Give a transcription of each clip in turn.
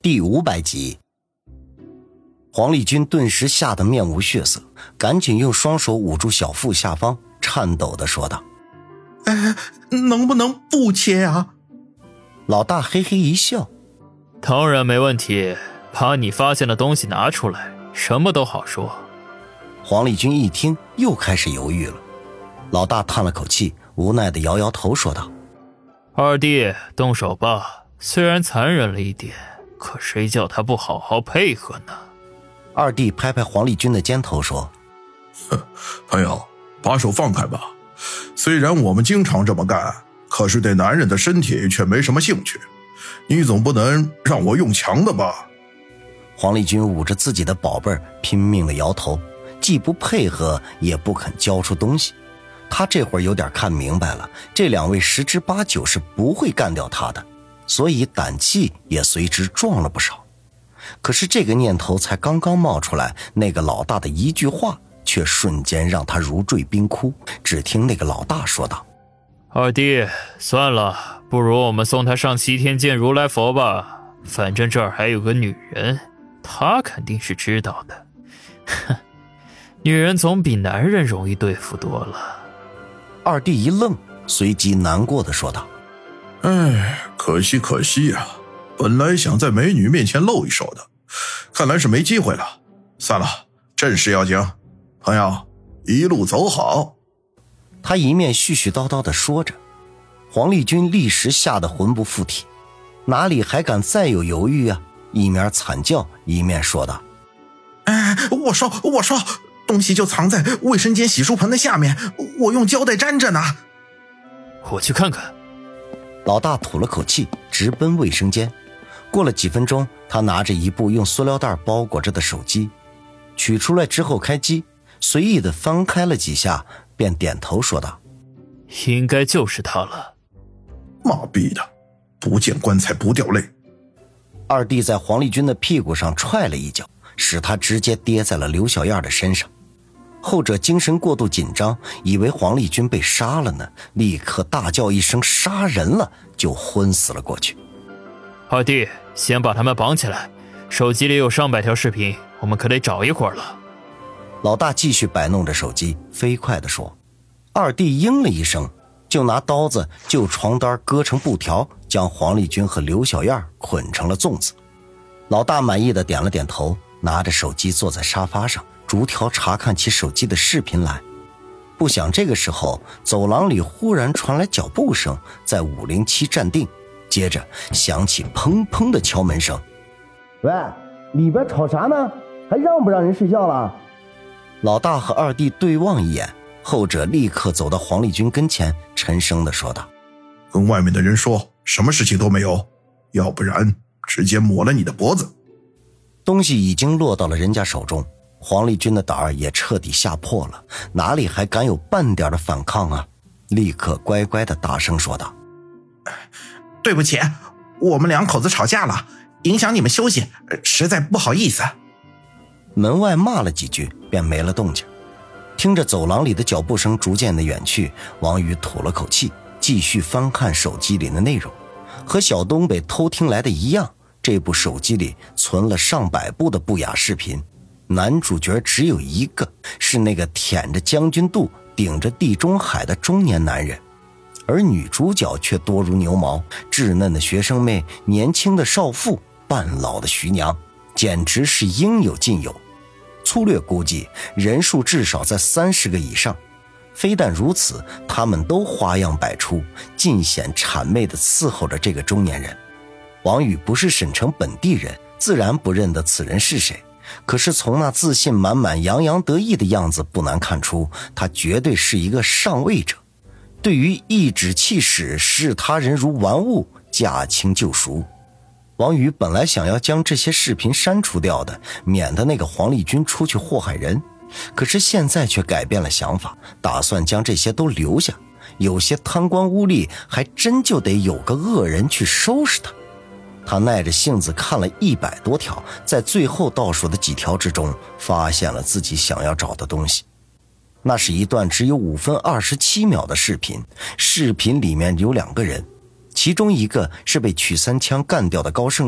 第500集。黄丽君顿时吓得面无血色，赶紧用双手捂住小腹下方，颤抖地说道： 能不能不切啊？ 老大嘿嘿一笑： 当然没问题，把你发现的东西拿出来，什么都好说。 黄丽君一听又开始犹豫了。老大叹了口气，无奈地摇摇头说道： 二弟，动手吧，虽然残忍了一点，可谁叫他不好好配合呢？ 二弟拍拍黄丽君的肩头说： 朋友，把手放开吧，虽然我们经常这么干，可是对男人的身体却没什么兴趣，你总不能让我用强的吧？ 黄丽君捂着自己的宝贝儿，拼命地摇头，既不配合也不肯交出东西。他这会儿有点看明白了，这两位十之八九是不会干掉他的，所以胆气也随之壮了不少。可是这个念头才刚刚冒出来，那个老大的一句话却瞬间让他如坠冰窟。只听那个老大说道： 二弟，算了，不如我们送他上西天见如来佛吧，反正这儿还有个女人，他肯定是知道的。哼，女人总比男人容易对付多了。 二弟一愣，随即难过地说道： 可惜啊，本来想在美女面前露一手的，看来是没机会了。算了，正事要紧，朋友，一路走好。 他一面絮絮叨叨地说着，黄丽君立时吓得魂不附体，哪里还敢再有犹豫啊，一面惨叫一面说道： 我说东西就藏在卫生间洗漱盆的下面，我用胶带粘着呢。 我去看看。 老大吐了口气，直奔卫生间。过了几分钟，他拿着一部用塑料袋包裹着的手机，取出来之后开机，随意地翻开了几下，便点头说道： 应该就是他了。 妈逼的，不见棺材不掉泪。 二弟在黄丽君的屁股上踹了一脚，使他直接跌在了刘小燕的身上。后者精神过度紧张，以为黄丽君被杀了呢，立刻大叫一声杀人了，就昏死了过去。 二弟，先把他们绑起来，手机里有上百条视频，我们可得找一会儿了。 老大继续摆弄着手机，飞快地说。二弟应了一声，就拿刀子就床单割成布条，将黄丽君和刘小燕捆成了粽子。老大满意的点了点头，拿着手机坐在沙发上，逐条查看起手机的视频来。不想这个时候，走廊里忽然传来脚步声，在507站定，接着响起砰砰的敲门声。喂，里边吵啥呢？还让不让人睡觉了？老大和二弟对望一眼，后者立刻走到黄丽君跟前，沉声地说道： 跟外面的人说什么事情都没有，要不然直接抹了你的脖子。 东西已经落到了人家手中，黄丽君的胆儿也彻底吓破了，哪里还敢有半点的反抗啊？立刻乖乖的大声说道： 对不起，我们两口子吵架了，影响你们休息，实在不好意思。 门外骂了几句便没了动静。听着走廊里的脚步声逐渐的远去，王宇吐了口气，继续翻看手机里的内容。和小东北偷听来的一样，这部手机里存了上百部的不雅视频，男主角只有一个，是那个舔着将军肚顶着地中海的中年男人，而女主角却多如牛毛，稚嫩的学生妹，年轻的少妇，半老的徐娘，简直是应有尽有。粗略估计人数至少在30个以上。非但如此，他们都花样百出，尽显谄媚地伺候着这个中年人。王宇不是沈城本地人，自然不认得此人是谁，可是从那自信满满洋洋得意的样子不难看出，他绝对是一个上位者，对于颐指气使视他人如玩物，驾轻就熟。王宇本来想要将这些视频删除掉的，免得那个黄丽君出去祸害人，可是现在却改变了想法，打算将这些都留下，有些贪官污吏还真就得有个恶人去收拾他。他耐着性子看了100多条，在最后倒数的几条之中发现了自己想要找的东西。那是一段只有5分27秒的视频，视频里面有2个人，其中一个是被曲三枪干掉的高胜利，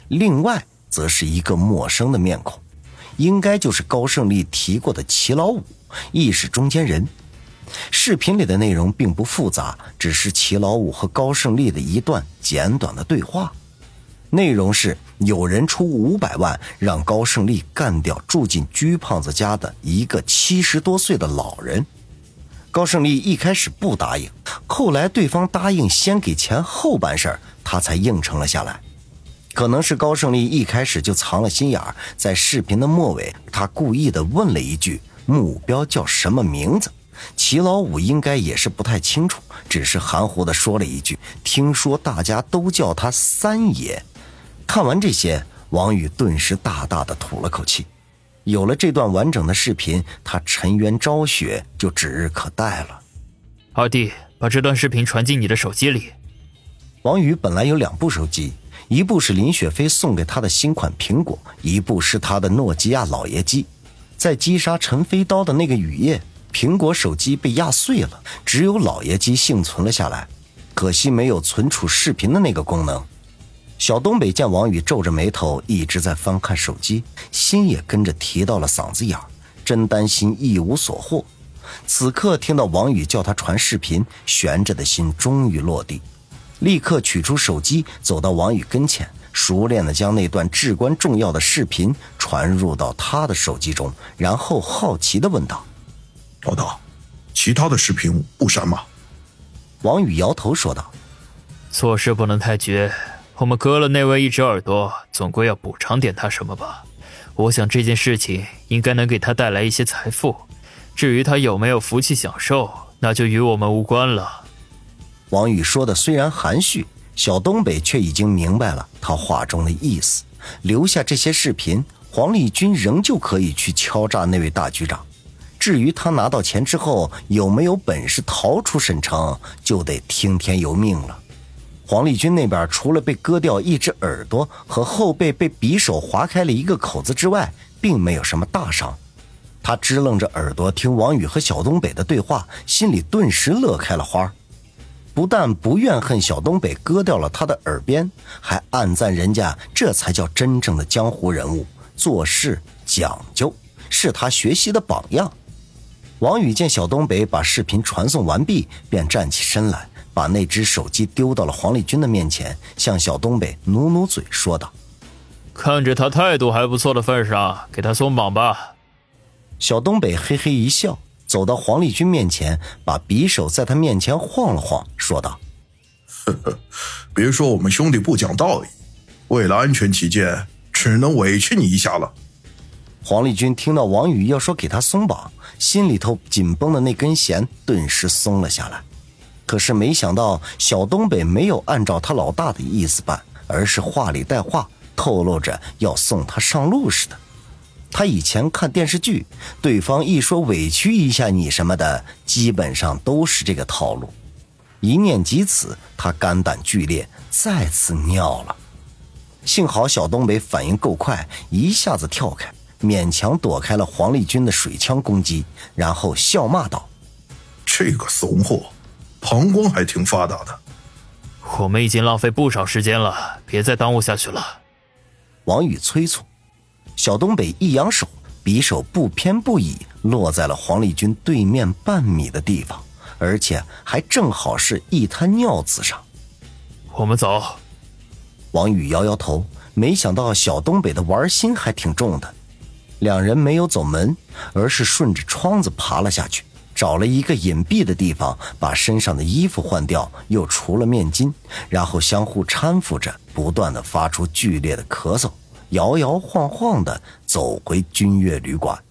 另外则是一个陌生的面孔，应该就是高胜利提过的齐老五，亦是中间人。视频里的内容并不复杂，只是齐老五和高胜利的一段简短的对话。内容是有人出500万让高胜利干掉住进居胖子家的一个70多岁的老人。高胜利一开始不答应，后来对方答应先给钱后办事，他才应承了下来。可能是高胜利一开始就藏了心眼儿，在视频的末尾他故意的问了一句目标叫什么名字，齐老五应该也是不太清楚，只是含糊的说了一句听说大家都叫他三爷。看完这些，王宇顿时大大的吐了口气。有了这段完整的视频，他沉冤昭雪就指日可待了。 二弟，把这段视频传进你的手机里。 王宇本来有2部手机，一部是林雪飞送给他的新款苹果，一部是他的诺基亚老爷机。在击杀陈飞刀的那个雨夜，苹果手机被压碎了，只有老爷机幸存了下来，可惜没有存储视频的那个功能。小东北见王宇皱着眉头一直在翻看手机，心也跟着提到了嗓子眼，真担心一无所获。此刻听到王宇叫他传视频，悬着的心终于落地，立刻取出手机走到王宇跟前，熟练地将那段至关重要的视频传入到他的手机中，然后好奇地问道： 老大，其他的视频不删吗？ 王宇摇头说道： 做事不能太绝，我们割了那位一只耳朵，总归要补偿点他什么吧。我想这件事情应该能给他带来一些财富，至于他有没有福气享受，那就与我们无关了。 王宇说的虽然含蓄，小东北却已经明白了他话中的意思。留下这些视频，黄立军仍旧可以去敲诈那位大局长。至于他拿到钱之后有没有本事逃出省城，就得听天由命了。黄立军那边除了被割掉一只耳朵和后背被匕首划开了一个口子之外，并没有什么大伤。他支棱着耳朵听王宇和小东北的对话，心里顿时乐开了花。不但不怨恨小东北割掉了他的耳边，还暗赞人家这才叫真正的江湖人物，做事讲究，是他学习的榜样。王宇见小东北把视频传送完毕，便站起身来，把那只手机丢到了黄立军的面前，向小东北努努嘴说道： 看着他态度还不错的份上，给他松绑吧。 小东北嘿嘿一笑，走到黄立军面前，把匕首在他面前晃了晃，说道： 呵呵，别说我们兄弟不讲道义，为了安全起见，只能委屈你一下了。 黄立军听到王宇要说给他松绑，心里头紧绷的那根弦顿时松了下来。可是没想到小东北没有按照他老大的意思办，而是话里带话，透露着要送他上路似的。他以前看电视剧，对方一说委屈一下你什么的，基本上都是这个套路。一念及此，他肝胆俱裂，再次尿了。幸好小东北反应够快，一下子跳开，勉强躲开了黄立军的水枪攻击，然后笑骂道： 这个怂货，膀胱还挺发达的。 我们已经浪费不少时间了，别再耽误下去了。 王宇催促。小东北一扬手，匕首不偏不倚落在了黄立军对面半米的地方，而且还正好是一滩尿渍上。 我们走。 王宇摇摇头，没想到小东北的玩心还挺重的。两人没有走门，而是顺着窗子爬了下去，找了一个隐蔽的地方，把身上的衣服换掉，又除了面巾，然后相互搀扶着，不断地发出剧烈的咳嗽，摇摇晃晃地走回君悦旅馆。